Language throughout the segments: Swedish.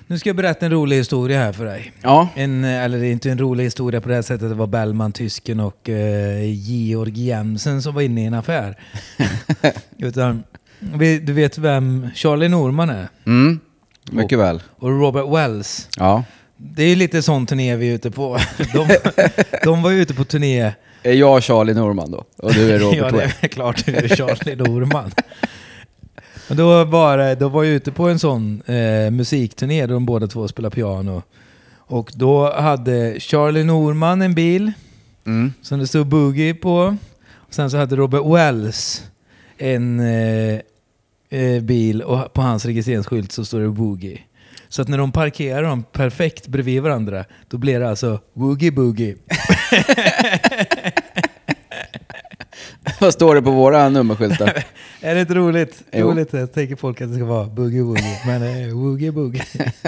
Nu ska jag berätta en rolig historia här för dig. Ja. Eller det är inte en rolig historia på det här sättet. Det var Bellman, tysken och Georg Jensen som var inne i en affär. Utan, du vet vem Charlie Norman är? Mycket väl. Och Robert Wells. Ja. Det är lite sån turné vi är ute på. De var ute på turné. Är jag Charlie Norman då? Och du är Robert Ja, det är klart du är Charlie Norman. Och då var jag ute på en sån musikturné där de båda två spelar piano. Och då hade Charlie Norman en bil som det stod Boogie på. Och sen så hade Robert Wells en bil och på hans registreringsskylt så står det Boogie. Så att när de parkerar dem perfekt bredvid varandra, då blir det alltså Woogie Boogie. Vad står det på våra nummerskyltar? Är det inte roligt? Roligt, jag tänker folk att det ska vara Boogie Woogie, men Woogie Boogie.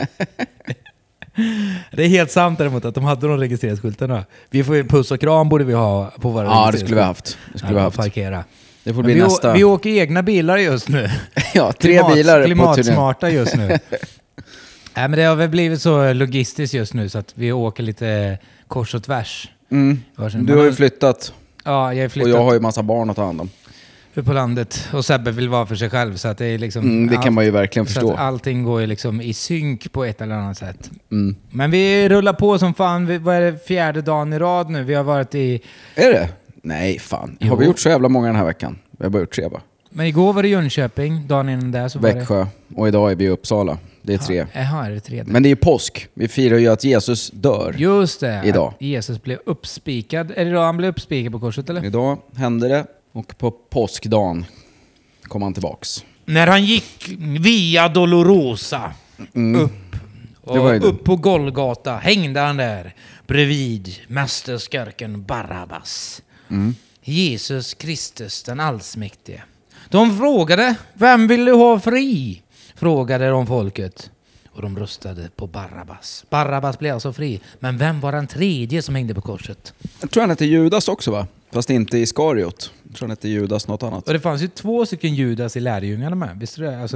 Det är helt sant däremot att de hade de registreringsskyltarna. Vi får ju puss och kram borde vi ha på våra Ja, det skulle vi haft. Parkera. Det får bli nästa. Vi åker egna bilar just nu. Ja, 3 bilar. Klimatsmarta just nu. Nej, men det har väl blivit så logistiskt just nu så att vi åker lite kors och tvärs. Du har ju flyttat. Ja, jag har flyttat. Och jag har ju massa barn att ta hand om. På landet. Och Sebbe vill vara för sig själv. Så att det är liksom... det kan man ju verkligen förstå. Så att allting går ju liksom i synk på ett eller annat sätt. Men vi rullar på som fan. Vad är det 4:e dagen i rad nu? Vi har varit i... Är det? Nej, fan. Har vi gjort så jävla många den här veckan? Vi har bara gjort 3 va? Men igår var det Jönköping. Dagen innan där så Växjö. var det... Och idag är vi i Uppsala. Det är 3. Jaha, är det 3? Men det är ju påsk. Vi firar ju att Jesus dör. Just det. Idag. Att Jesus blev uppspikad. Är det då han blev uppspikad på korset eller? Idag hände det. Och på påskdagen kom han tillbaks. När han gick via Dolorosa upp. Och upp på Golgata hängde han där bredvid mästerskurken Barabbas. Jesus Kristus den allsmäktige. De frågade, vem vill du ha fri? Frågade de folket. Och de röstade på Barabbas. Barabbas blev alltså fri. Men vem var den tredje som hängde på korset? Jag tror han hette Judas också va? Fast inte Iskariot. Jag tror han hette Judas något annat. Och det fanns ju 2 stycken Judas i lärjungarna med. Visste du det? Alltså,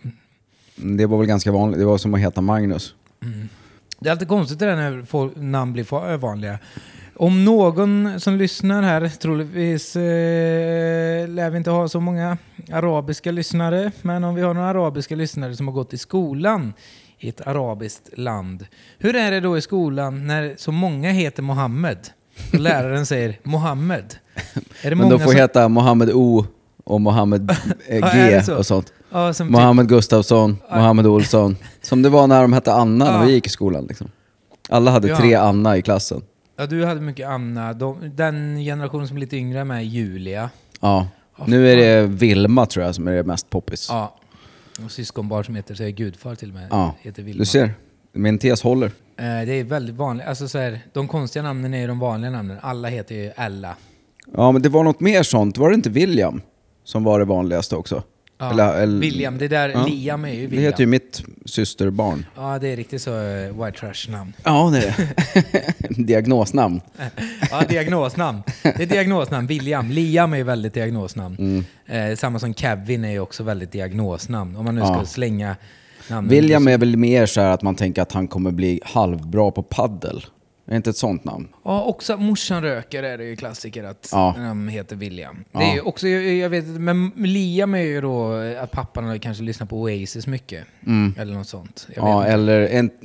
det var väl ganska vanligt. Det var som att heta Magnus. Det är alltid konstigt det där när namn blir vanliga. Om någon som lyssnar här, troligtvis lär vi inte ha så många arabiska lyssnare, men om vi har några arabiska lyssnare som har gått i skolan i ett arabiskt land. Hur är det då i skolan när så många heter Mohammed och läraren säger Mohammed? Är det men många de får heta Mohammed O och Mohammed G och sånt. Ja, Mohammed Gustafsson, Mohammed Olsson. Som det var när de hette Anna när vi gick i skolan. Liksom. Alla hade 3 Anna i klassen. Ja, du hade mycket Anna. Den generationen som är lite yngre med är Julia. Ja, nu är det Vilma tror jag som är det mest poppis. Ja, och syskonbarn som heter så är gudfar till och med. Ja, heter Vilma. Du ser, min tes håller. Det är väldigt vanligt. Alltså så här, de konstiga namnen är ju de vanliga namnen. Alla heter ju Ella. Ja, men det var något mer sånt. Var det inte William som var det vanligaste också? Ja, eller, William, det där Liam är ju William. Det heter ju mitt systerbarn. Ja, det är riktigt så white trash-namn. Ja, det är det. Diagnosnamn. Ja, diagnosnamn. Det är diagnosnamn. William. Liam är ju väldigt diagnosnamn. Samma som Kevin är ju också väldigt diagnosnamn. Om man nu ska slänga namnen. William är väl mer så här att man tänker att han kommer bli halvbra på paddel. Det är inte ett sånt namn. Ja, också morsan röker är det ju klassiker att de heter William. Det är ju också, jag vet, men Liam är ju då att pappan kanske lyssnar på Oasis mycket. Eller något sånt. Eller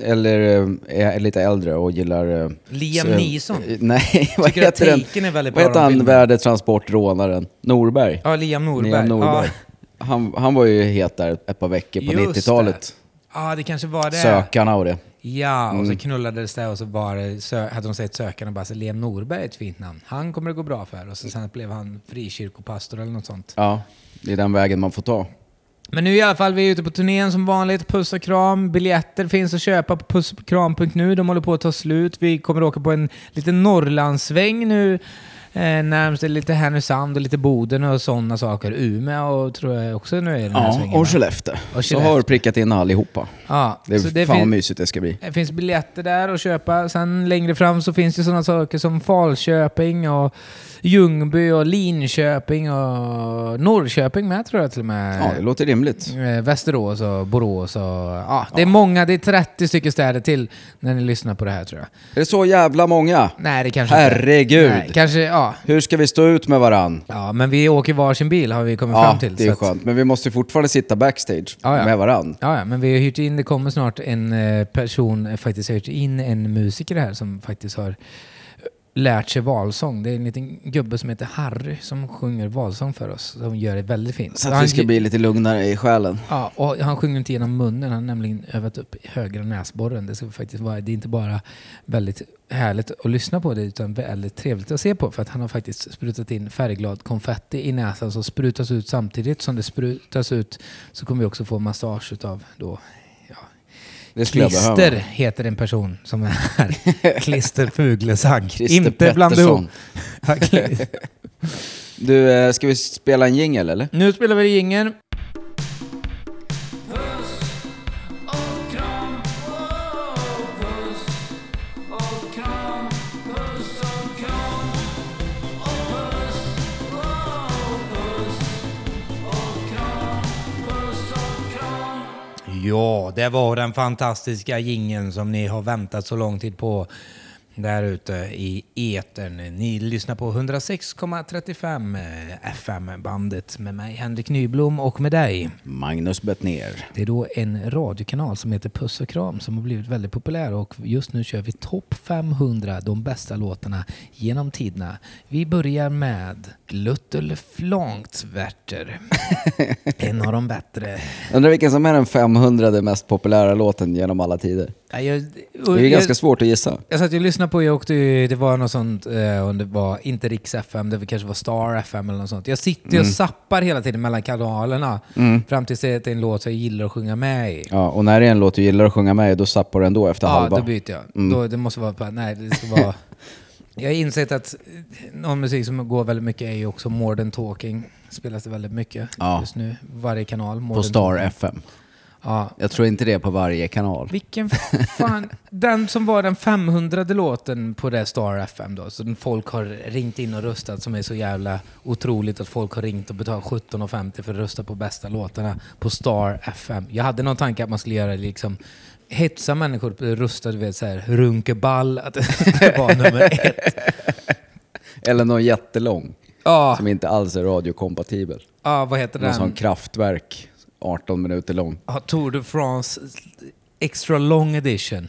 är lite äldre och gillar... Liam Neeson. Nej, vad heter den? Är väldigt vad bra heter han, värdetransportrånaren? Norberg. Ja, Liam Norberg. Ja. Han var ju het där ett par veckor på 90-talet. Ja, det kanske var det. Sökarna och det. Ja, och så knullades det och så hade de sett sökarna bara så Liam Norberg är ett fint namn. Han kommer det gå bra för. Och så sen blev han frikyrkopastor eller något sånt. Ja, det är den vägen man får ta. Men nu i alla fall, vi är ute på turnén som vanligt. Puss och kram. Biljetter finns att köpa på pusskram.nu. De håller på att ta slut. Vi kommer att åka på en liten Norrlandssväng nu närmast är lite Härnösand och lite Boden och sådana saker. Umeå och tror jag också nu är den här svängen. Och Skellefteå. Så har du prickat in allihopa. Ja, det är så fan vad mysigt det ska bli. Det finns biljetter där att köpa. Sen längre fram så finns det sådana saker som Falköping och Ljungby och Linköping och Norrköping med tror jag till och med. Ja, det låter rimligt. Västerås och Borås och det är många, det är 30 stycken städer till när ni lyssnar på det här tror jag. Är det så jävla många? Nej, det kanske herregud. Nej, kanske, ja. Hur ska vi stå ut med varann? Ja, men vi åker varsin bil har vi kommit fram till. Ja, det är skönt. Men vi måste fortfarande sitta backstage med varann. Ja, men vi har hyrt in, det kommer snart en person, faktiskt har hyrt in en musiker här som faktiskt har lärt sig valsång. Det är en liten gubbe som heter Harry som sjunger valsång för oss. Som gör det väldigt fint. Så att vi ska bli lite lugnare i själen. Ja, och han sjunger inte genom munnen. Han har nämligen övat upp högra näsborren. Det ska faktiskt vara, det är inte bara väldigt härligt att lyssna på det utan väldigt trevligt att se på. För att han har faktiskt sprutat in färgglad konfetti i näsan som sprutas ut samtidigt som det sprutas ut. Så kommer vi också få massage utav då. Klister heter en person som är här. Klister Fuglesang. Inte blanda ihop. Du, ska vi spela en jingle eller? Nu spelar vi jingle. Ja, det var den fantastiska jingeln som ni har väntat så lång tid på där ute i etern. Ni lyssnar på 106,35 FM-bandet med mig, Henrik Nyblom, och med dig, Magnus Bettner. Det är då en radiokanal som heter Puss och Kram som har blivit väldigt populär och just nu kör vi topp 500, de bästa låtarna genom tiderna. Vi börjar med Gluttelflångtverter. En av de bättre. Undrar vilken som är den 500 mest populära låten genom alla tider. Det är ganska svårt att gissa. Jag satt och lyssnade på, det var något sånt, och det var inte Rix FM, det kanske var Star FM eller något sånt. Jag sitter och zappar hela tiden mellan kanalerna fram tills det är en låt jag gillar att sjunga med i. Ja, och när det är en låt du gillar att sjunga med i, då zappar du ändå efter halva. Ja, då byter jag. Då, det måste vara, nej, det ska vara... Jag har insett att någon musik som går väldigt mycket är ju också More Than Talking. Spelas det väldigt mycket just nu. Varje kanal. På Star FM. Ja. Jag tror inte det är på varje kanal. Vilken fan... Den som var den 500:e låten på det Star FM då. Så folk har ringt in och röstat, som är så jävla otroligt att folk har ringt och betalat 17,50 för att rösta på bästa låtarna på Star FM. Jag hade någon tanke att man skulle göra liksom... hetsa människor rösta, du vet, så här runkeball, att det skulle vara nummer 1. Eller någon jättelång som inte alls är radiokompatibel. Ja, vad heter den? Någon sån Kraftwerk 18 minuter lång. Ja, Tour de France extra long edition.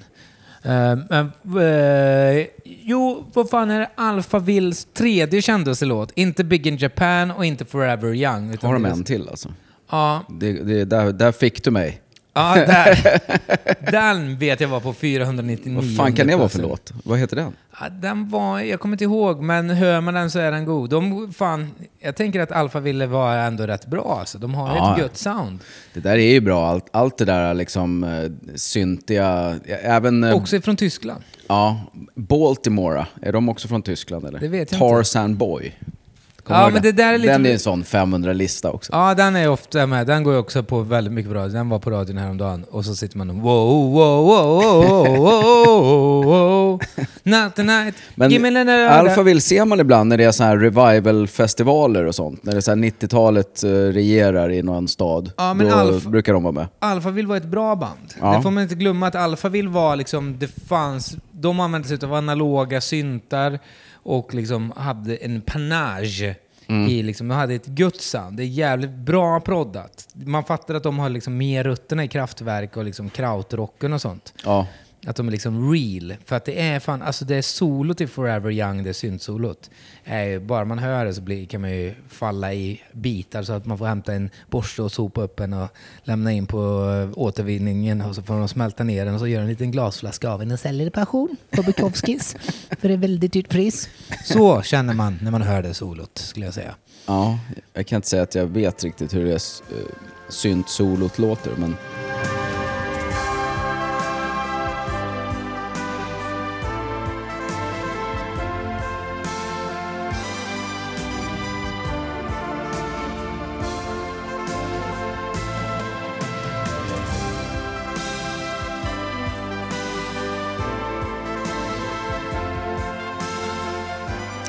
Jo, vad fan är det? Alphavilles tredje kändaste låt. Inte Big in Japan och inte Forever Young. Utan har de en till alltså? Ja. Där fick du mig. Ja, den vet jag var på 499. Vad fan kan det vara för låt? Vad heter den? Ja, den var, jag kommer inte ihåg, men hör man den så är den god. Jag tänker att Alphaville var ändå rätt bra. Alltså. De har ett gött sound. Det där är ju bra. Allt det där liksom syntiga. Även, också från Tyskland. Ja, Baltimore. Är de också från Tyskland eller? Det vet jag Tarzan inte. Boy. Ja, men det där är lite... Den är en sån 500-lista också. Ja, den är ofta med. Den går ju också på väldigt mycket bra. Den var på radion häromdagen. Och så sitter man och wow, wow, wow, wow, wow, wow. Night to night. Men Alphaville ser man ibland när det är så här revival-festivaler och sånt. När det är så här 90-talet regerar i någon stad. Ja, men då brukar de vara med. Alphaville var ett bra band. Ja. Det får man inte glömma, att Alphaville var liksom... De använde sig av analoga syntar. Och liksom hade en panage i liksom, de hade ett gött sound. Det är jävligt bra proddat. Man fattar att de har liksom mer rötterna i Kraftwerk och liksom krautrocken och sånt. Ja. Att de är liksom real. För att det är fan, alltså det är solot i Forever Young, det är syntsolot. Bara man hör det så kan man ju falla i bitar så att man får hämta en borste och sopa upp den och lämna in på återvinningen och så får de smälta ner den och så gör en liten glasflaska av den och säljer det passion på Bukowskis för ett väldigt dyrt pris. Så känner man när man hör det solot, skulle jag säga. Ja, jag kan inte säga att jag vet riktigt hur det syntsolot låter, men...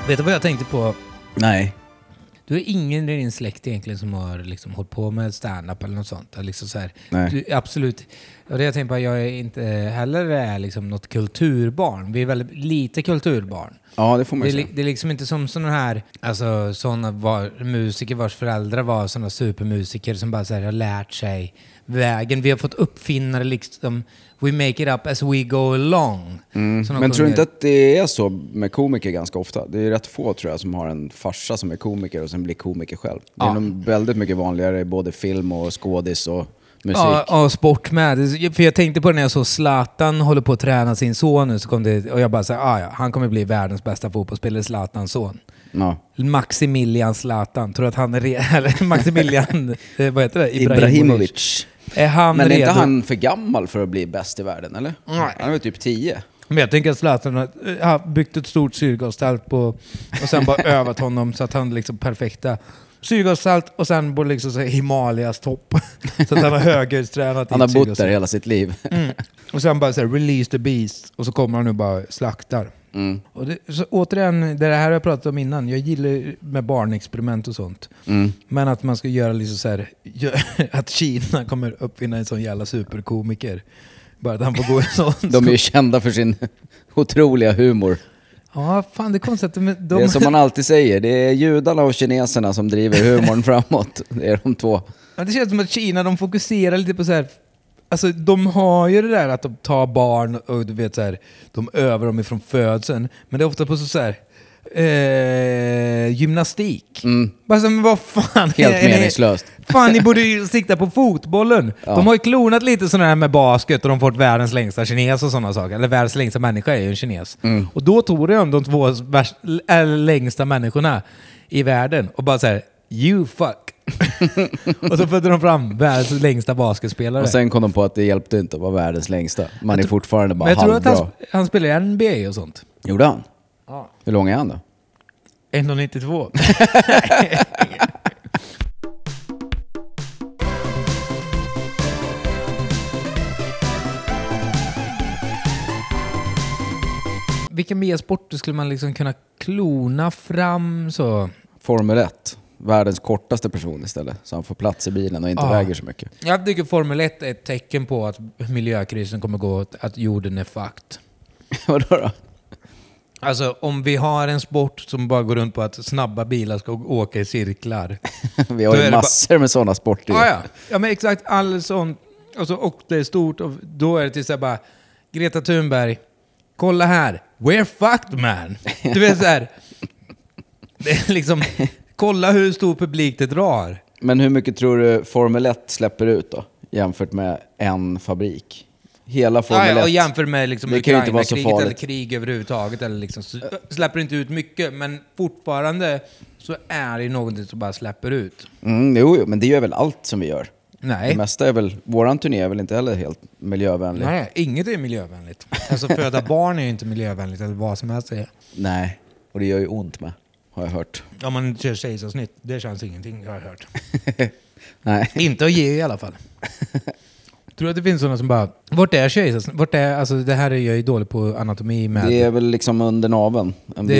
Vet du vad jag tänkte på? Nej. Du är ingen i din släkt egentligen som har liksom hållit på med stand-up eller något sånt. Liksom så här. Nej. Du, absolut. Och det jag tänker på, jag är inte heller liksom något kulturbarn. Vi är väldigt lite kulturbarn. Ja, det får man säga. Det är liksom inte som sådana här, alltså sådana musiker vars föräldrar var sådana supermusiker som bara så här har lärt sig vägen. Vi har fått uppfinnare liksom, we make it up as we go along. Men tror du inte att det är så med komiker ganska ofta? Det är rätt få tror jag som har en farsa som är komiker och sen blir komiker själv. Det är nog väldigt mycket vanligare i både film och skådis och musik. Ja, och sport med. För jag tänkte på det när jag såg Zlatan håller på att träna sin son nu, så kom det, och jag bara sa, han kommer bli världens bästa fotbollsspelare, Zlatans son. Ja. Maximilian Zlatan. Tror att han är eller Maximilian vad heter det? Ibrahimovic. Är han men är redo? inte han för gammal för att bli bäst i världen, eller? Nej. Han är väl typ 10. Men jag tänker att Zlatan har byggt ett stort syrgastält på och sen bara övat honom så att han liksom perfekta syrgastält och sen på liksom så Himalayas topp. Så att han har högertränat. Han har bott där hela sitt liv. Och sen bara så här, release the beast. Och så kommer han nu bara slaktar. Och det, så återigen, det här har jag pratat om innan. Jag gillar med barnexperiment och sånt. Men att man ska göra liksom så här, att Kina kommer uppfinna en sån jävla superkomiker. Bara att han får gå i sånt. De är ju kända för sin otroliga humor. Ja, fan det är konstigt. Det är som man alltid säger, det är judarna och kineserna som driver humorn framåt. Det är de två. Ja, det känns som att Kina, de fokuserar lite på så här. Alltså de har ju det där att de tar barn och du vet så här, de övar dem ifrån födseln. Men det är ofta på så här gymnastik. Bara så, men vad fan helt meningslöst. Fan, ni borde ju sikta på fotbollen. Ja. De har ju klonat lite sådana här med basket och de har fått världens längsta kines och sådana saker. Eller världens längsta människa är ju en kines. Och då tog det om de två längsta människorna i världen och bara så här, you fuck. Och så födde de fram världens längsta basketspelare. Och sen kom de på att det hjälpte inte att vara världens längsta. Man är fortfarande bara halvbra. Men jag tror att han spelar i NBA och sånt. Gjorde han? Ja. Hur lång är han då? 1,92. Vilka mer sporter skulle man liksom kunna klona fram så? Formel 1. Världens kortaste person istället. Så han får plats i bilen och inte väger så mycket. Jag tycker Formel 1 är ett tecken på att miljökrisen kommer gå åt att jorden är fucked. Vadå då? Alltså om vi har en sport som bara går runt på att snabba bilar ska åka i cirklar. Vi har ju massor med sådana sporter. Ja, men exakt all sånt. Alltså, och det är stort. Och då är det till så här bara, Greta Thunberg, kolla här. We're fucked man. Du vet så här. Det är liksom, kolla hur stor publik det drar. Men hur mycket tror du Formel 1 släpper ut då? Jämfört med en fabrik? Hela Formel 1. Och jämfört med liksom det kan ju inte vara så farligt. Eller krig överhuvudtaget. Eller liksom, släpper inte ut mycket. Men fortfarande så är det någonting som bara släpper ut. Jo, men det gör väl allt som vi gör. Nej. Det mesta är väl, våran turné är väl inte heller helt miljövänlig. Nej, inget är miljövänligt. Alltså föda barn är ju inte miljövänligt eller vad som helst är. Nej, och det gör ju ont med, har jag hört. Om man kör kejsarsnitt, det känns ingenting, har jag hört. Nej. Inte att ge i alla fall. Tror du att det finns sådana som bara, vart är kejsarsnitt? Vart är, alltså det här är jag ju dålig på anatomi med. Det är väl liksom under naveln.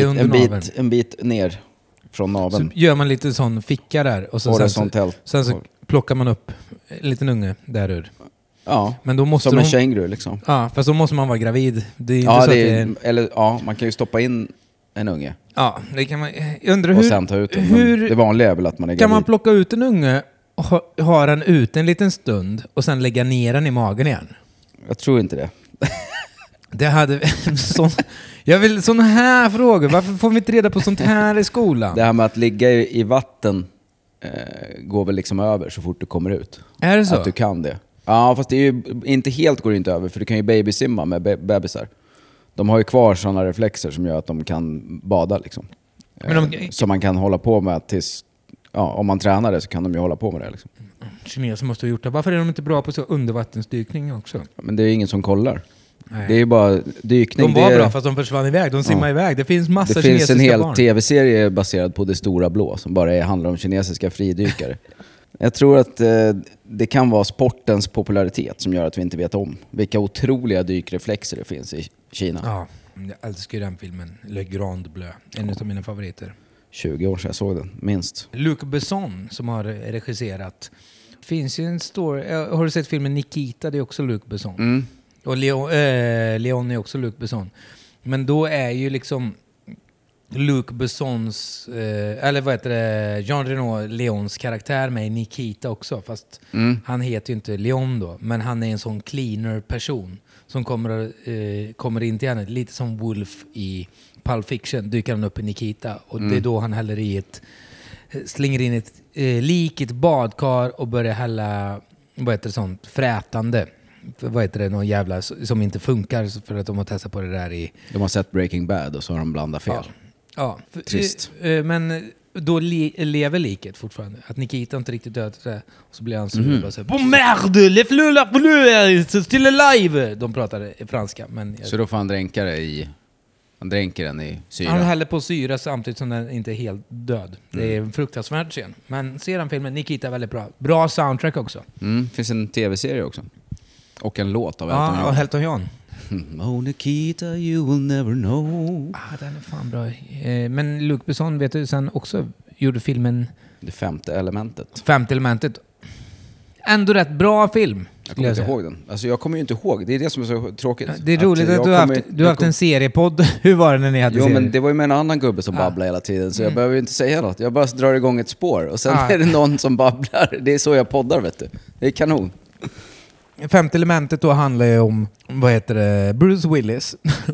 En bit ner från naveln. Så gör man lite sån ficka där. Och så sen så plockar man upp en liten unge där ur. Ja, men då måste som en känguru liksom. Ja, fast då måste man vara gravid. Det är inte så att eller man kan ju stoppa in en unge. Ja, det kan man. Jag undrar och sen ta ut den. Det vanliga är väl att man är gravid. Kan man plocka ut en unge och ha den ute en liten stund och sen lägga ner den i magen igen? Jag tror inte det. Det hade jag vill såna här frågor. Varför får vi inte reda på sånt här i skolan? Det här med att ligga i vatten går väl liksom över så fort du kommer ut. Är det så? Att du kan det. Ja, fast det är ju inte helt går det inte över för du kan ju babysimma med bebisar. De har ju kvar sådana reflexer som gör att de kan bada liksom. Så man kan hålla på med tills, om man tränar det så kan de ju hålla på med det liksom. Kineser måste ha gjort det. Varför är de inte bra på så undervattensdykning också? Men det är ingen som kollar. Nej. Det är ju bara dykning. De var bra fast de försvann iväg. De simmar iväg. Det finns massa kinesiska barn. Det finns en hel tv-serie baserad på Det Stora Blå som bara handlar om kinesiska fridykare. Jag tror att det kan vara sportens popularitet som gör att vi inte vet om vilka otroliga dykreflexer det finns i Kina. Ja. Jag älskar den filmen. Le Grand Bleu. En av mina favoriter. 20 år sedan jag såg den, minst. Luc Besson som har regisserat. Finns ju en story. Har du sett filmen Nikita? Det är också Luc Besson. Och Leon är också Luc Besson. Men då är ju liksom Luc Bessons, eller vad heter det, Jean Reno Leons karaktär med i Nikita också. Fast han heter ju inte Leon då. Men han är en sån cleaner person som kommer in till henne. Lite som Wolf i Pulp Fiction dyker han upp i Nikita. Och det är då han häller i slänger in ett lik i ett badkar och börjar hälla, vad heter det, sånt frätande. Vad heter det, någon jävla som inte funkar för att de har testat på det där i... De har sett Breaking Bad och så har de blandat fel. Ja. Trist. Men då lever liket fortfarande. Att Nikita inte riktigt dödat det. Och så blir han sur och säger "Bon merde, le fleu la fleu, still alive!" De pratar franska. Men så då får han dränka det i... Han dränker den i syra. Han häller på syra samtidigt som den inte är helt död. Det är en fruktansvärd scen. Men ser han filmen, Nikita är väldigt bra. Bra soundtrack också. Finns en tv-serie också. Och en låt av Elton John. Ja, Elton John. Oh Nikita, you will never know. Den är fan bra. Men Luc Besson, vet du, sen också gjorde filmen... Det femte elementet. Femte elementet. Ändå rätt bra film. Jag kommer inte ihåg den. Alltså jag kommer ju inte ihåg. Det är det som är så tråkigt. Det är roligt att du har haft en seriepodd. Hur var det när ni hade serie? Men det var ju med en annan gubbe som babblade hela tiden. Så jag behöver ju inte säga något. Jag bara drar igång ett spår. Och sen är det någon som babblar. Det är så jag poddar, vet du. Det är kanon. Femte elementet då handlar ju om, vad heter det, Bruce Willis.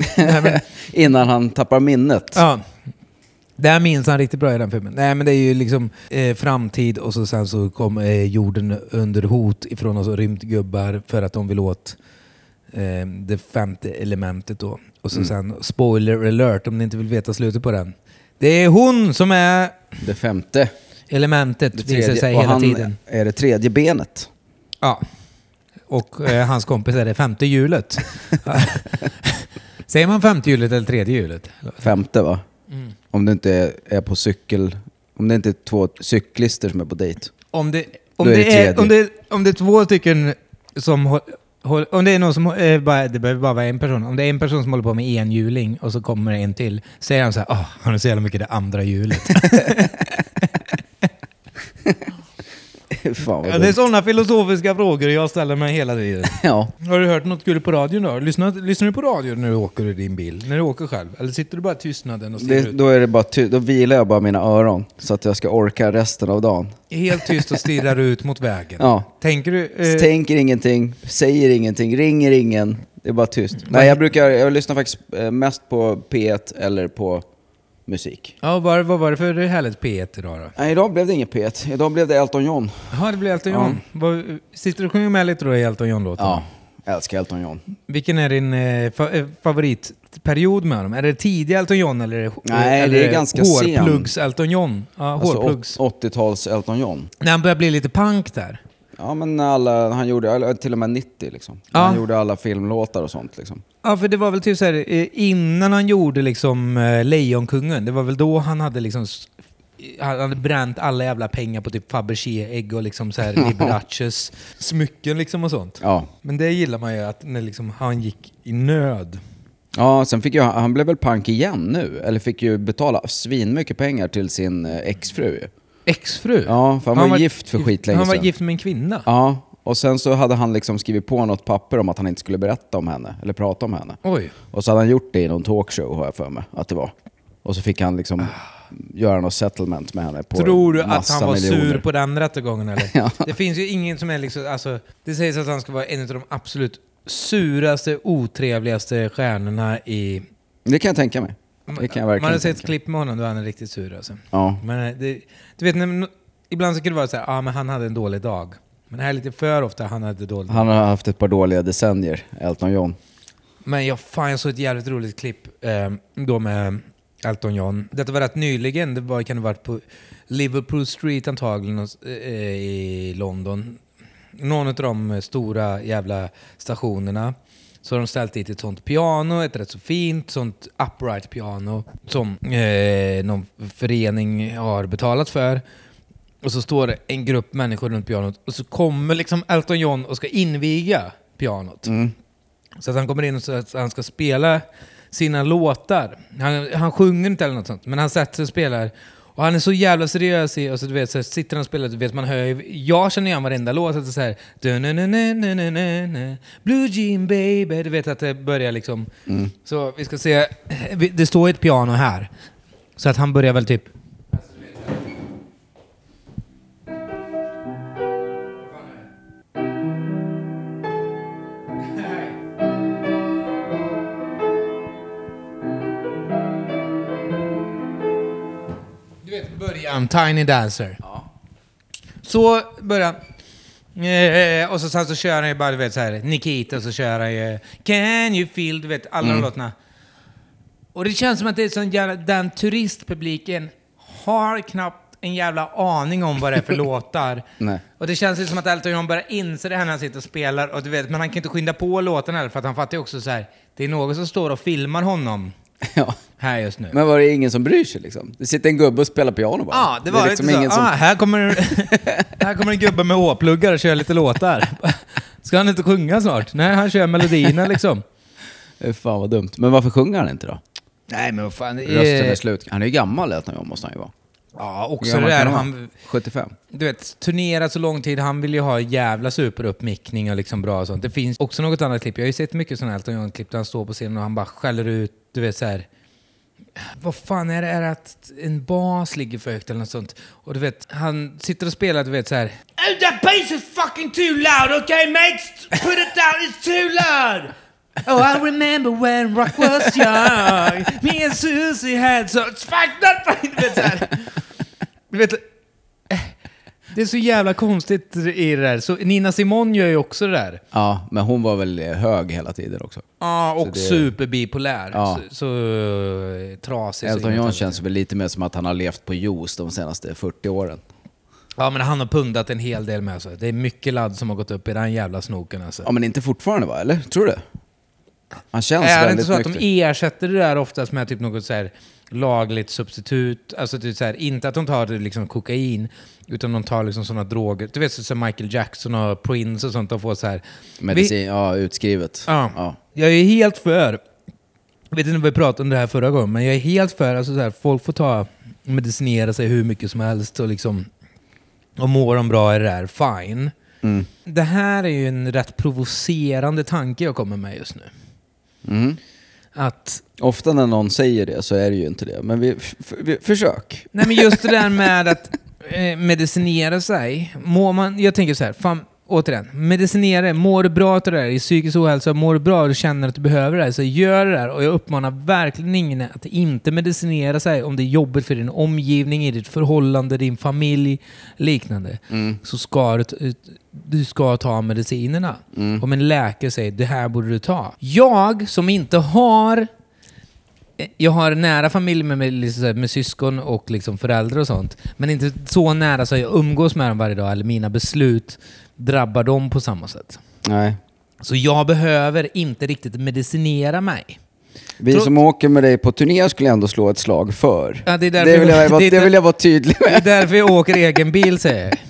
Innan han tappar minnet. Ja. Det minns han riktigt bra i den filmen. Nej, men det är ju liksom framtid och så sen så kom jorden under hot ifrån oss och rymdgubbar för att de vill åt det femte elementet då. Och så sen, spoiler alert om ni inte vill veta slutet på den. Det är hon som är det femte elementet, det visar sig hela tiden. Är det tredje benet? Ja. Och hans kompis är det femte hjulet. Säger man femte hjulet eller tredje hjulet? Femte, va? Om det inte är på cykel, om det inte är två cyklister som är på dejt. Om det är två stycken som om det är någon som det behöver bara vara en person. Om det är en person som håller på med enhjuling och så kommer en till, säger han så här: han är så jävla mycket det andra hjulet. Fan, det är sådana filosofiska frågor jag ställer mig hela tiden. Ja. Har du hört något kul på radion då? Lyssnar du på radio när du åker i din bil? När du åker själv? Eller sitter du bara i tystnaden och stirrar ut? Då är det bara då vilar jag bara mina öron så att jag ska orka resten av dagen. Helt tyst och stirrar ut mot vägen. Ja. Tänker du... Tänker ingenting, säger ingenting, ringer ingen. Det är bara tyst. Nej, jag lyssnar faktiskt mest på P1 eller på musik. Ja, vad var det för härligt P1 idag då? Nej, idag blev det ingen P1. Idag blev det Elton John. Ja, det blev Elton John. Sitter du och sjunger med lite då i Elton John-låten? Ja, jag älskar Elton John. Vilken är din favoritperiod med honom? Är det tidig Elton John eller nej, det är ganska sen. Hårplugs Elton John? Ja, hårplugs. 80-tals Elton John. När han börjar bli lite punk där. Ja, men han gjorde till och med 90 liksom. Ja. Han gjorde alla filmlåtar och sånt liksom. Ja, för det var väl typ så här, innan han gjorde liksom Lejonkungen, det var väl då han hade liksom, han hade bränt alla jävla pengar på typ Fabergé-ägg och liksom så här Liberaces smycken liksom och sånt. Ja. Men det gillar man ju, att när liksom han gick i nöd. Ja, sen fick han blev väl punk igen nu, eller fick ju betala svin mycket pengar till sin exfru. Exfru? Ja, för han var gift för skitlänge sedan. Han var gift med en kvinna? Ja, och sen så hade han liksom skrivit på något papper om att han inte skulle berätta om henne, eller prata om henne. Oj. Och så hade han gjort det i någon talkshow, har jag för mig att det var. Och så fick han liksom göra något settlement med henne på massa miljoner. Tror du att han var sur på den rättegången eller? Ja. Det finns ju ingen som är liksom, alltså, det sägs att han ska vara en av de absolut suraste, otrevligaste stjärnorna i... Det kan jag tänka mig. Det kan jag verkligen. Man har sett klipp med honom då han är riktigt sur alltså. Ja. Men du vet, ibland så kan det vara så här, men han hade en dålig dag. Men det här är lite för ofta han hade dålig dag. Han har haft ett par dåliga decennier, Elton John. Men jag såg ett jävligt roligt klipp då med Elton John. Detta var rätt nyligen. Kan det varit på Liverpool Street antagligen i London. Någon av de stora jävla stationerna. Så har de ställt dit ett sånt piano, ett rätt så fint sånt upright piano som någon förening har betalat för. Och så står det en grupp människor runt pianot och så kommer liksom Elton John och ska inviga pianot. Så att han kommer in och så att han ska spela sina låtar. Han sjunger inte eller något sånt, men han sätter sig och spelar. Och han är så jävla seriös i, och så, du vet, så sitter han och spelar, du vet, man hör ju, jag känner igen varenda låt, att det är så här, Blue Jean Baby, du vet att det börjar liksom. Så vi ska se, det står ett piano här. Så att han börjar väl typ. Början, Tiny Dancer. Ja. Så början. Och så sen så kör han ju bara, du vet, så här Nikita, och så kör han ju Can You Feel, du vet, alla låtarna. Och det känns som att det är sån jävla, den turistpubliken har knappt en jävla aning om vad det är för låtar. Nej. Och det känns som att Elton John börjar inse det här när han sitter och spelar, och du vet, men han kan inte skynda på låten heller, för att han fattar ju också så här, det är någon som står och filmar honom. Ja. Här just nu. Men var det ingen som bryr sig liksom? Det sitter en gubbe och spelar piano bara. Ja, det var liksom ingen som... här kommer en gubbe med åpluggar och kör lite låtar. Ska han inte sjunga snart? Nej, han kör melodierna liksom. Fan vad dumt. Men varför sjunger han inte då? Nej, men vad fan. Rösten är slut. Han är ju gammal, måste han ju vara. Ja, också det där. Han, 75. Du vet, turnerat så lång tid. Han vill ju ha jävla superuppmickning och liksom bra och sånt. Det finns också något annat klipp. Jag har ju sett mycket sådana här Elton John-klipp där han står på scenen och han bara skäller ut, du vet så här. Vad fan är det? Är det att en bas ligger för högt eller något sånt? Och du vet, han sitter och spelar, du vet så här. Oh, that bass is fucking too loud, okay mates? Put it down, it's too loud. Oh, I remember when rock was young. Me and Susie had so fucked up. Du vet så här. Du vet, det är så jävla konstigt i det där. Så Nina Simone gör ju också det där. Ja, men hon var väl hög hela tiden också. Ja, och superbipolär. Ja. Så trasig. Elton John känns väl lite mer som att han har levt på juice de senaste 40 åren. Ja, men han har pundat en hel del med. Så. Det är mycket ladd som har gått upp i den jävla snoken. Alltså. Ja, men inte fortfarande, va? Eller? Tror du det? Han känns är väldigt det inte så nykter. att de ersätter det där oftast med typ något så här lagligt substitut? Alltså typ så här, inte att de tar liksom kokain, utan de tar liksom sådana droger. Du vet så Michael Jackson och Prince och sånt, de får så här medicin, ja, utskrivet. Ja. Jag är helt för, jag vet inte vad vi pratade om det här förra gången, men jag är helt för, alltså så här, folk får ta medicinera sig hur mycket som helst och liksom, och mår de bra är det där, fine. Det här är ju en rätt provocerande tanke jag kommer med just nu. Att ofta när någon säger det så är det ju inte det. Men vi försök. Nej, men just det där med att medicinera sig. Jag tänker så här, fan, återigen, medicinera, mår du bra av det där i psykisk ohälsa, mår du bra och du känner att du behöver det, så gör det där. Och jag uppmanar verkligen ingen att inte medicinera sig om det är jobbigt för din omgivning, i ditt förhållande, din familj, liknande. Så ska du ska ta medicinerna. Om en läkare säger, det här borde du ta. Jag som inte har... Jag har nära familj med syskon och liksom föräldrar och sånt. Men inte så nära så jag umgås med dem varje dag. Eller mina beslut drabbar dem på samma sätt. Nej. Så jag behöver inte riktigt medicinera mig. Vi som åker med dig på turné skulle ändå slå ett slag för. Ja, det vill jag vara tydlig med. Det är därför jag åker egen bil, säger jag.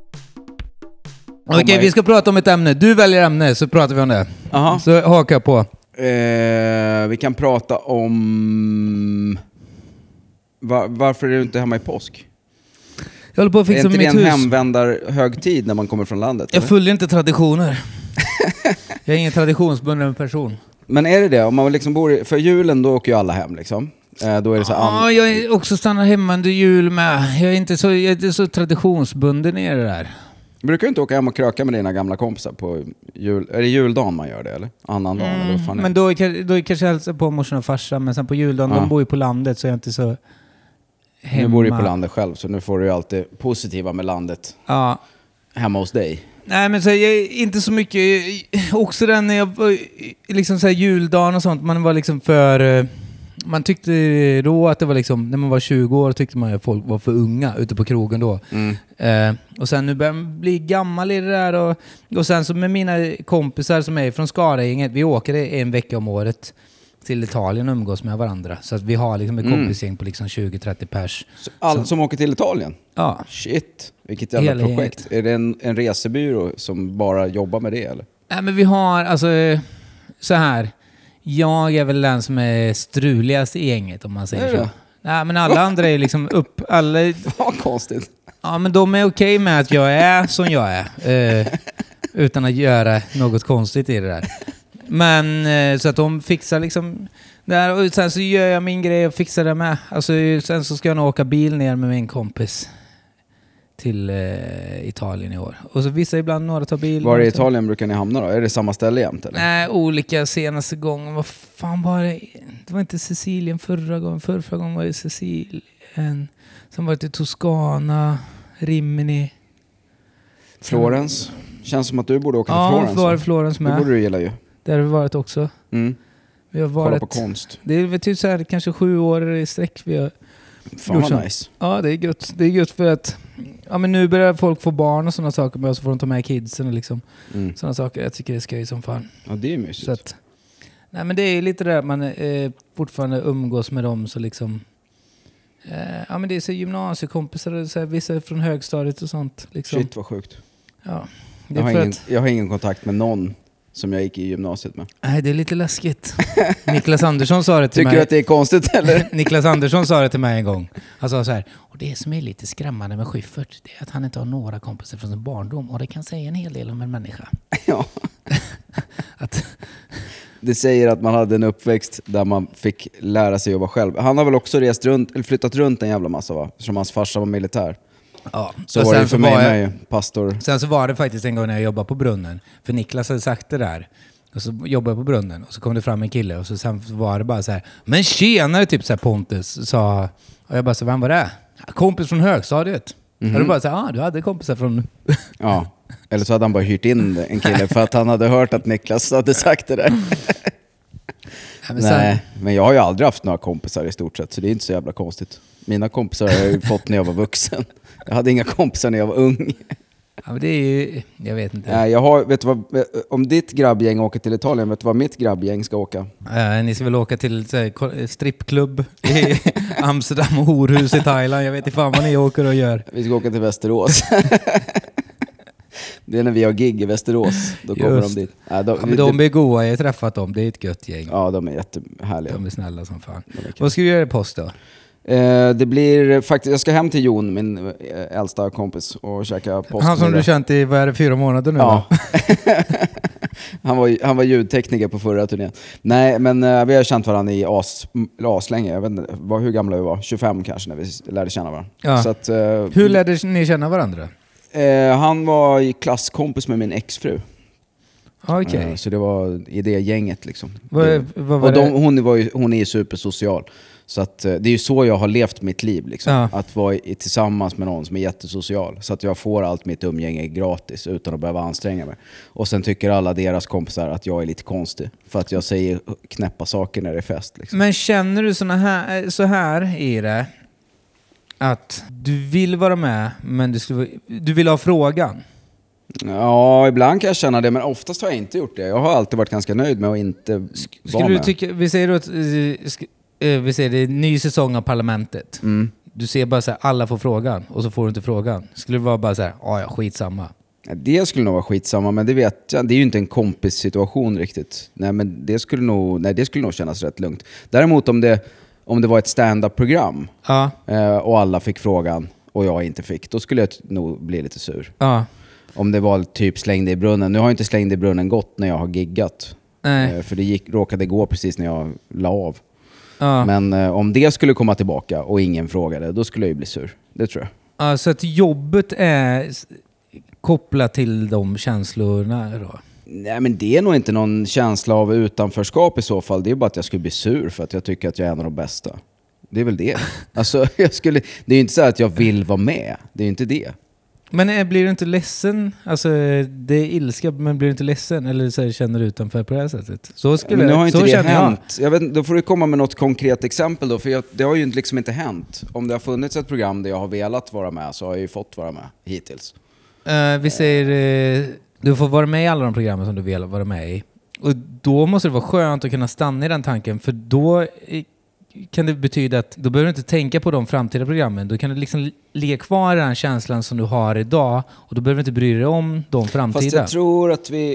Okej, vi ska prata om ett ämne. Du väljer ämne så pratar vi om det. Aha. Så hakar jag på. Vi kan prata om varför är du inte hemma i påsk? Jag håller på att fixa mitt hus. Är inte det en hemvändarhögtid när man kommer från landet? Jag följer inte traditioner. Jag är ingen traditionsbunden person. Men är det? Om man liksom bor för julen, då åker ju alla hem liksom. Då är det så ja, jag är också stannar hemma under jul med. Jag är inte så traditionsbunden i det där. Brukar du inte åka hem och kröka med dina gamla kompisar på jul? Är det juldagen man gör det, eller? Annan dag, eller vad fan är det? Men då kanske jag hälsar på morsan och farsan, men sen på juldagen, de bor ju på landet, så jag är inte så hemma. Nu bor du på landet själv, så nu får du ju alltid positiva med landet hemma hos dig. Nej, men så jag är inte så mycket, också den när jag liksom så här juldagen och sånt, man var liksom för... Man tyckte då att det var liksom, när man var 20 år tyckte man att folk var för unga ute på krogen då. Och sen nu börjar man bli gammal i det där. Och sen så med mina kompisar som är från Skara-gänget, vi åker en vecka om året till Italien och umgås med varandra. Så att vi har liksom ett kompisgäng på liksom 20-30 pers. Så alla som åker till Italien? Ja. Shit, vilket jävla projekt. Är det en resebyrå som bara jobbar med det, eller? Nej, men vi har alltså så här... Jag är väl den som är struligast i gänget, om man säger så. Nej, men alla andra är liksom Vad konstigt. Ja, men de är okej med att jag är som jag är. Utan att göra något konstigt i det där. Men så att de fixar liksom där, och sen så gör jag min grej och fixar det med. Alltså, sen så ska jag nog åka bil ner med min kompis till Italien i år. Och så vissa ibland några tar bil. Var i Italien brukar ni hamna då? Är det samma ställe jämt eller? Nej, olika senaste gången. Vad fan var det? Det var inte Sicilien förra gången var det Sicilien. Sen var det till Toscana, Rimini. Florens. Känns som att du borde åka till Florens. Ja, var Florens med. Det borde du gilla ju. Där har vi varit också. Vi har varit, kolla på konst. Det är väl typ så här, kanske 7 år i sträck vi har. Fan vad nice. Ja, det är gött. Det är gött för att men nu börjar folk få barn och sådana saker med, och så får de ta med kidsen och liksom sådana saker. Jag tycker det ska ju som fan. Ja, det är mysigt. Så att, nej, men det är lite det man fortfarande umgås med dem, så liksom men det är så gymnasiekompisar och så här, vissa från högstadiet och sånt liksom. Shit vad sjukt. Ja. Jag har ingen kontakt med någon som jag gick i gymnasiet med. Nej, det är lite läskigt. Niklas Andersson sa det till mig. Tycker du att det är konstigt eller? Niklas Andersson sa det till mig en gång. Han sa så här: och det som är lite skrämmande med Schyffert, det är att han inte har några kompisar från sin barndom, och det kan säga en hel del om en människa. Ja. Det säger att man hade en uppväxt där man fick lära sig jobba själv. Han har väl också flyttat runt en jävla massa, va? Som hans farsa var militär. Ja. Så var det för mig med pastor. Sen så var det faktiskt en gång när jag jobbade på brunnen. För Niklas hade sagt det där. Och så jobbade jag på brunnen. Och så kom det fram en kille. Och så sen var det bara så här: men tjenare, typ så här Pontus sa. Och jag bara så, vem var det? Kompis från högstadiet. Och då bara så här, du hade kompisar från... Ja. Eller så hade han bara hyrt in en kille för att han hade hört att Niklas hade sagt det där. Nej, men jag har ju aldrig haft några kompisar i stort sett, så det är inte så jävla konstigt. Mina kompisar har jag ju fått när jag var vuxen. Jag hade inga kompisar när jag var ung. Ja, men det är ju... Jag vet inte. Nej, vet du vad, om ditt grabbgäng åker till Italien, vet du vad mitt grabbgäng ska åka? Ni ska väl åka till strippklubb i Amsterdam och horhus i Thailand. Jag vet inte fan vad ni åker och gör. Vi ska åka till Västerås. Det är när vi har gig i Västerås. Då kommer de dit. Men de är goa, jag har träffat dem. Det är ett gött gäng. Ja, de är jättehärliga. De är snälla som fan. Vad ska du göra i post då? Det blir faktiskt, jag ska hem till Jon, min äldsta kompis, och käka post. Han som du känt i 4 månader nu? Ja. Han var ljudtekniker på förra turnén. Nej, men vi har känt varandra i aslänge. Jag vet inte hur gamla vi var. 25 kanske när vi lärde känna varandra. Ja. Så att, hur lärde ni känna varandra? Han var klasskompis med min exfru. Okay. Så det var i det gänget liksom. Hon är ju supersocial. Så att, det är ju så jag har levt mitt liv liksom. Ja. Att vara tillsammans med någon som är jättesocial. Så att jag får allt mitt umgänge gratis utan att behöva anstränga mig. Och sen tycker alla deras kompisar att jag är lite konstig. För att jag säger knäppa saker när det är fest liksom. Men känner du så här i det? Att du vill vara med, men du vill ha frågan? Ja, ibland kan jag känna det, men oftast har jag inte gjort det. Jag har alltid varit ganska nöjd med att inte vara med. Vi säger då att vi säger det är en ny säsong av Parlamentet. Du ser bara så här, alla får frågan och så får du inte frågan. Skulle det vara bara så här, ja, skitsamma? Ja, det skulle nog vara skitsamma, men det vet jag. Det är ju inte en kompissituation riktigt. Nej, men det skulle nog kännas rätt lugnt. Däremot om det var ett stand-up-program och alla fick frågan och jag inte fick, då skulle jag nog bli lite sur. Ja. Om det var typ slängde i brunnen. Nu har jag inte slängde i brunnen gått när jag har giggat. För det råkade gå precis när jag la av. Ja. Men om det skulle komma tillbaka och ingen frågade, då skulle jag ju bli sur. Det tror jag. Ja, så att jobbet är kopplat till de känslorna då? Nej, men det är nog inte någon känsla av utanförskap i så fall. Det är bara att jag skulle bli sur för att jag tycker att jag är en av de bästa. Det är väl det. Alltså, det är ju inte så att jag vill vara med. Det är ju inte det. Men blir du inte ledsen? Alltså, det är ilska, men blir du inte ledsen? Eller så känner du utanför på det här sättet? Så skulle nu har inte så det hänt. Jag vet, då får du komma med något konkret exempel då. För det har ju liksom inte hänt. Om det har funnits ett program där jag har velat vara med, så har jag ju fått vara med hittills. Vi säger... du får vara med i alla de programmen som du vill vara med i. Och då måste det vara skönt att kunna stanna i den tanken. För då kan det betyda att då behöver du inte tänka på de framtida programmen. Då kan du liksom ligga kvar i den känslan som du har idag. Och då behöver du inte bry dig om de framtida. Fast jag tror att vi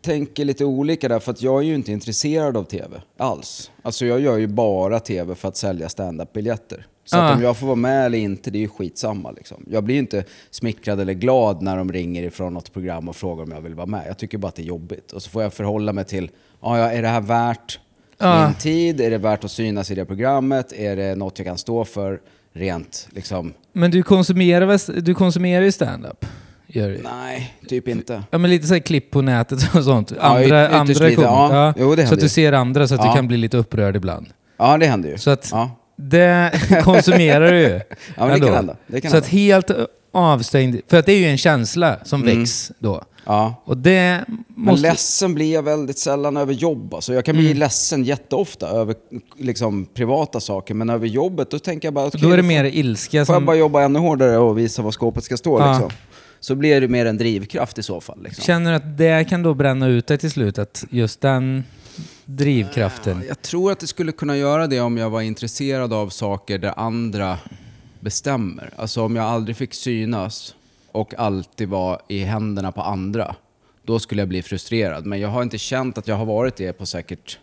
tänker lite olika där, för att jag är ju inte intresserad av tv alls. Alltså jag gör ju bara tv för att sälja stand-up-biljetter. Så att om jag får vara med eller inte, det är ju skitsamma liksom. Jag blir ju inte smickrad eller glad när de ringer ifrån något program och frågar om jag vill vara med. Jag tycker bara att det är jobbigt. Och så får jag förhålla mig till, är det här värt min tid? Är det värt att synas i det programmet? Är det något jag kan stå för rent liksom? Men du konsumerar ju stand-up. Nej, typ inte. Ja, men lite så här klipp på nätet och sånt. Andra lite, jo, det så att du ser andra, så att du kan bli lite upprörd ibland. Ja, det händer ju. Så att det konsumerar du ju. Ja, men det kan hända. Så att helt avstängd, för att det är ju en känsla som väcks då. Ja. Och det Men ledsen blir jag väldigt sällan över jobb. Alltså jag kan bli ledsen jätteofta över liksom privata saker, men över jobbet då tänker jag bara... Då är det mer ilska. Får jag bara jobba ännu hårdare och visa vad skåpet ska stå liksom. Så blir det mer en drivkraft i så fall. Liksom. Känner du att det kan då bränna ut dig till slut? Att just den drivkraften... Jag tror att det skulle kunna göra det om jag var intresserad av saker där andra bestämmer. Alltså om jag aldrig fick synas och alltid var i händerna på andra, då skulle jag bli frustrerad. Men jag har inte känt att jag har varit det på säkert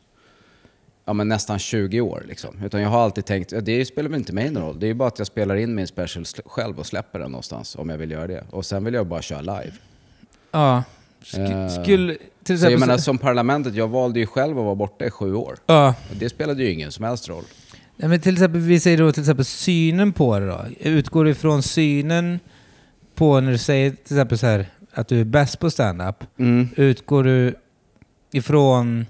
nästan 20 år. Liksom. Utan jag har alltid tänkt, det spelar väl inte mig någon roll. Det är bara att jag spelar in min special själv och släpper den någonstans om jag vill göra det. Och sen vill jag bara köra live. Ja. Skulle, till så jag menar, som parlamentet, jag valde ju själv att vara borta i 7 år. Ja. Det spelade ju ingen som helst roll. Ja, men till exempel, vi säger då till exempel synen på det då. Utgår ifrån synen på när du säger till exempel så här att du är bäst på stand-up. Utgår du ifrån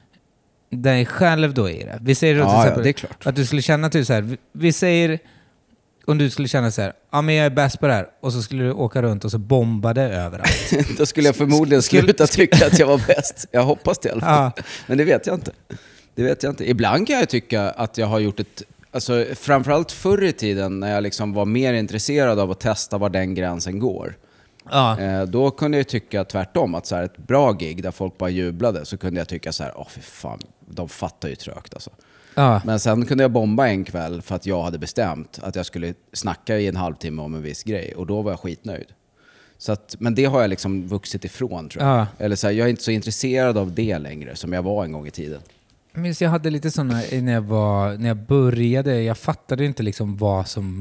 dig själv då i det? Vi säger då till exempel det är klart. att du skulle känna till så här. Vi säger om du skulle känna så här, men jag är bäst på det här, och så skulle du åka runt och så bomba det överallt. Då skulle jag förmodligen sluta tycka att jag var bäst. Jag hoppas det i alla fall. Men det vet jag inte. Ibland kan jag tycka att jag har gjort alltså framförallt förr i tiden när jag liksom var mer intresserad av att testa var den gränsen går. Då kunde jag tycka tvärtom, att så här, ett bra gig där folk bara jublade, så kunde jag tycka så här, fy fan, de fattar ju trögt alltså. Men sen kunde jag bomba en kväll för att jag hade bestämt att jag skulle snacka i en halvtimme om en viss grej, och då var jag skitnöjd. Så att, men det har jag liksom vuxit ifrån, tror jag. Eller så här, jag är inte så intresserad av det längre som jag var en gång i tiden. Jag hade lite sådana när jag började. Jag fattade inte liksom vad som...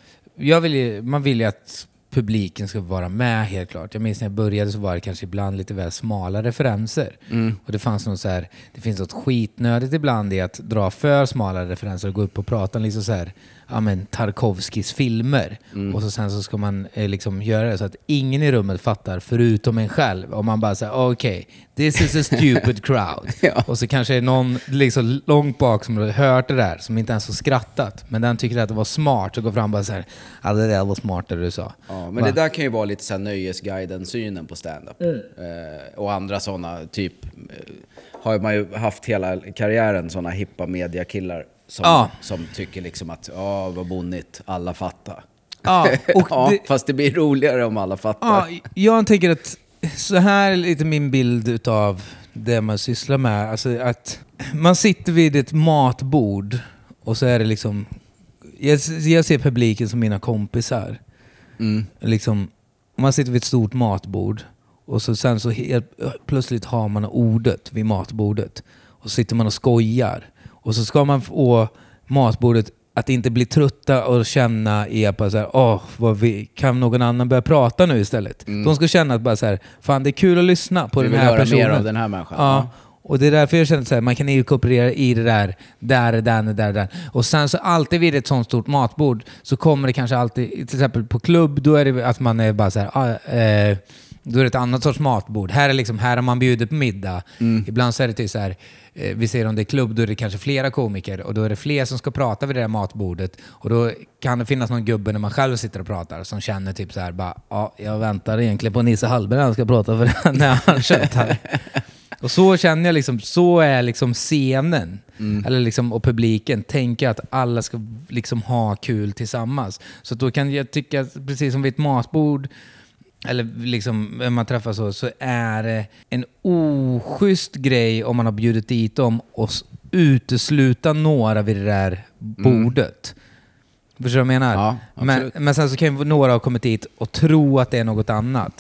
Man vill ju att publiken ska vara med, helt klart. Jag minns när jag började så var det kanske ibland lite väl smala referenser. Och det fanns något så här, det finns något skitnödigt ibland i att dra för smala referenser och gå upp och prata liksom så här, Tarkovskis filmer. Och så sen så ska man liksom göra det så att ingen i rummet fattar förutom en själv. Och man bara säger, okej, this is a stupid crowd. Och så kanske är någon liksom långt bak som har hört det där, som inte ens har skrattat, men den tycker att det var smart och går fram och bara så här, det där var smart det du sa. Men det där kan ju vara lite så här nöjesguiden-synen på stand-up. Och andra sådana typ har man ju haft hela karriären, sådana hippa mediakillar som tycker liksom att vad bonnigt, alla fattar. Fast det blir roligare om alla fattar. Jag tänker att så här är lite min bild utav det man sysslar med. Alltså att man sitter vid ett matbord och så är det liksom, jag ser publiken som mina kompisar. Liksom, man sitter vid ett stort matbord och så sen så helt plötsligt har man ordet vid matbordet och så sitter man och skojar, och så ska man få matbordet att inte bli trötta och känna på så här, kan någon annan börja prata nu istället. De ska känna att bara så här, fan det är kul att lyssna på den här personen. Mer av den här människan. Och det är därför jag känner så här, man kan inkorporera i det där. Och sen så alltid vid ett sånt stort matbord så kommer det kanske alltid, till exempel på klubb, då är det att man är bara så här, då är det ett annat sorts matbord. Här är man bjuder på middag. Ibland så är det till så här, vi ser om det är klubb, då är det kanske flera komiker och då är det fler som ska prata vid det där matbordet, och då kan det finnas någon gubbe när man själv sitter och pratar som känner typ så här, bara, jag väntar egentligen på Nisse Hallberg, han ska prata för när han tjötar. Och så känner jag liksom, så är liksom scenen eller liksom, och publiken tänker att alla ska liksom ha kul tillsammans. Så då kan jag tycka, precis som vid ett matbord eller liksom när man träffas så är det en oschysst grej om man har bjudit dit dem och utesluta några vid det där bordet. Förstår du vad jag menar? Ja, men sen så kan ju några ha kommit dit och tro att det är något annat.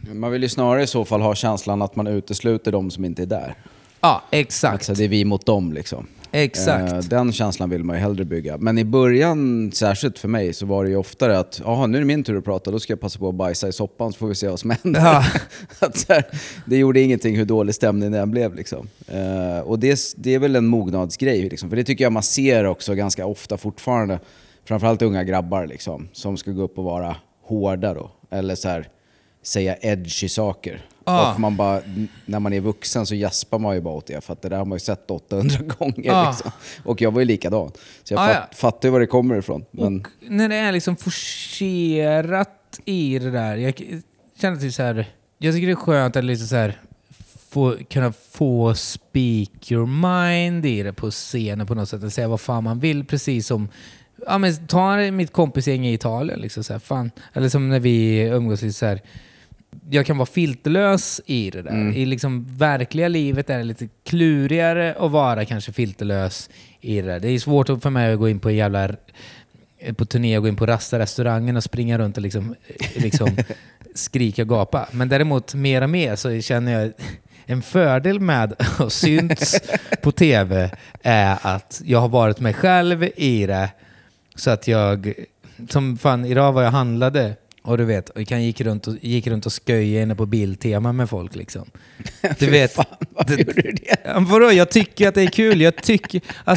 Man vill ju snarare i så fall ha känslan att man utesluter de som inte är där. Ja, exakt. Alltså det är vi mot dem liksom. Exakt. Den känslan vill man ju hellre bygga. Men i början, särskilt för mig, så var det ju oftare att nu är det min tur att prata, då ska jag passa på att bajsa i soppan så får vi se vad som händer. Ja. Att så här, det gjorde ingenting hur dålig stämning den blev liksom. Och det är väl en mognadsgrej liksom. För det tycker jag man ser också ganska ofta fortfarande. Framförallt unga grabbar liksom, som ska gå upp och vara hårda då. Eller så här, säga edgy saker. Och man bara, när man är vuxen så jaspar man ju bara åt det. För att det där har man ju sett 800 gånger liksom. Och jag var ju likadan. Så jag fattar ju var det kommer ifrån. Men... Och när det är liksom forcerat i det där. Jag känner typ så här. Jag tycker det är skönt att liksom så här, kunna få speak your mind i det på scenen på något sätt. Att säga vad fan man vill, precis som... Ja, men ta mitt kompisgäng i Italien liksom så här, fan. Eller som när vi umgås lite så här. Jag kan vara filterlös i det där. I liksom verkliga livet är det lite klurigare att vara kanske filterlös i det där. Det är svårt för mig att gå in på på turné och gå in på restauranger och springa runt och liksom skrika och gapa. Men däremot mer och mer så känner jag en fördel med att syns på tv är att jag har varit mig själv i det. Så att jag, som fan, idag var jag handlade och du vet, och jag gick runt och sköjade inne på Biltema med folk liksom. Du vet, fan, varför gjorde du det? Vadå, jag tycker att det är kul. Jag tycker.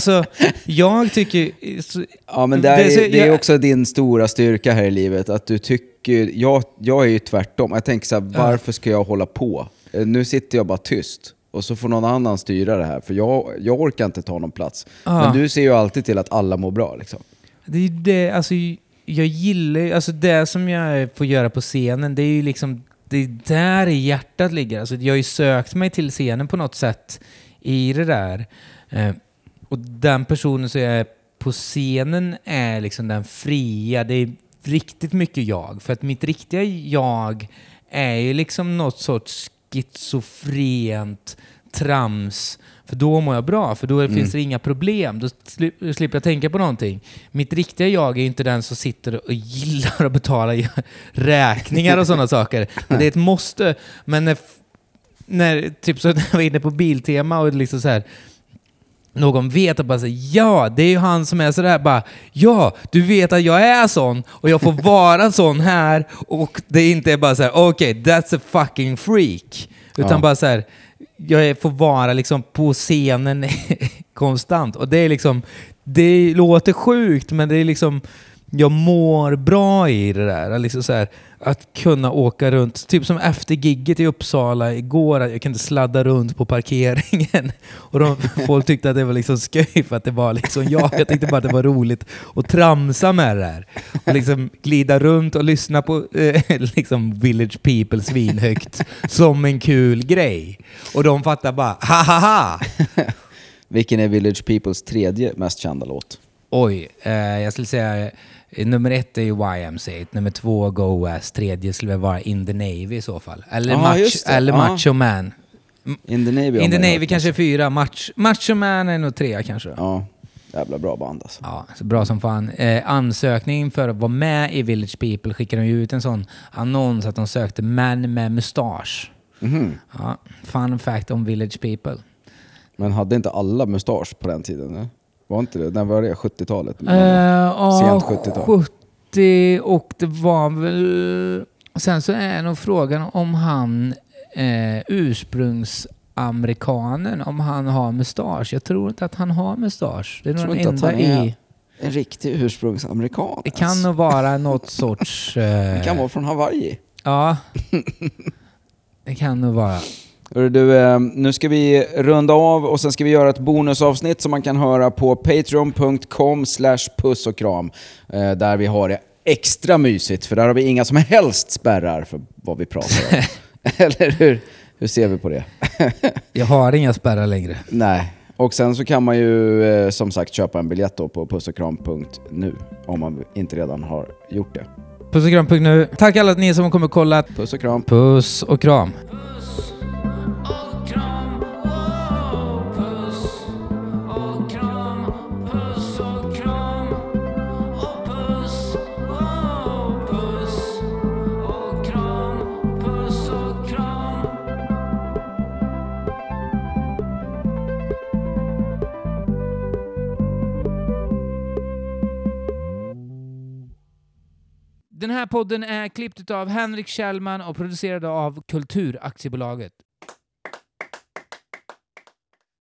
Ja, men det är också din stora styrka här i livet, att du tycker, jag är ju tvärtom. Jag tänker så här, varför ska jag hålla på? Nu sitter jag bara tyst. Och så får någon annan styra det här. För jag orkar inte ta någon plats. Men du ser ju alltid till att alla mår bra liksom. Det är ju det, alltså jag gillar, alltså det som jag får göra på scenen, det är ju liksom, det är där i hjärtat ligger. Alltså jag har ju sökt mig till scenen på något sätt i det där. Och den personen som jag är på scenen är liksom den fria. Det är riktigt mycket jag. För att mitt riktiga jag är ju liksom något sorts schizofrent trams. För då mår jag bra, för då finns det inga problem. Då slipper jag tänka på någonting. Mitt riktiga jag är inte den som sitter och gillar att betala räkningar och sådana saker. Det är ett måste. Men när typ så när jag var inne på Biltema och liksom så här, någon vet att bara säga, ja, det är ju han som är så där bara, ja, du vet att jag är sån och jag får vara sån här, och det är inte bara så här, okej, that's a fucking freak, utan bara så här, jag får vara liksom på scenen konstant, och det är liksom, det låter sjukt, men det är liksom, jag mår bra i det där, liksom så här, att kunna åka runt, typ som efter gigget i Uppsala igår, att jag kunde sladda runt på parkeringen, och folk tyckte att det var liksom skoj, för att det var liksom jag tyckte bara att det var roligt att tramsa med det där och liksom glida runt och lyssna på liksom Village People svinhögt som en kul grej, och de fattar bara ha. Vilken är Village Peoples tredje mest kända låt? Oj, jag skulle säga nummer 1 är ju YMCA, nummer 2 Go West, tredje skulle vara In the Navy i så fall. Eller Macho Man. In the Navy kanske är 4, Macho Man är nog 3 kanske. Ja, jävla bra band alltså. Ja, så bra som fan. Ansökning för att vara med i Village People skickade de ju ut en sån annons att de sökte män med mustasch. Ja, fun fact om Village People. Men hade inte alla mustasch på den tiden? Ne? Var inte det? När var det? 70-talet? Sent 70-tal. 70, och det var väl... Sen så är nog frågan om han ursprungsamerikanen, om han har mustasch. Jag tror inte att han har mustasch. Det är nog den enda i... En riktig ursprungsamerikan. Det kan nog vara något sorts... Det kan vara från Hawaii. Ja. Det kan nog vara... Du, nu ska vi runda av och sen ska vi göra ett bonusavsnitt som man kan höra på patreon.com/pussokram, där vi har det extra mysigt, för där har vi inga som helst spärrar för vad vi pratar om. Eller hur ser vi på det? Jag har inga spärrar längre. Nej. Och sen så kan man ju som sagt köpa en biljett då på pussokram.nu om man inte redan har gjort det. Pussokram.nu. Tack alla ni som kommer kolla. Puss och kram. Puss och kram. Puss och Den här podden är klippt av Henrik Kjellman och producerad av Kulturaktiebolaget.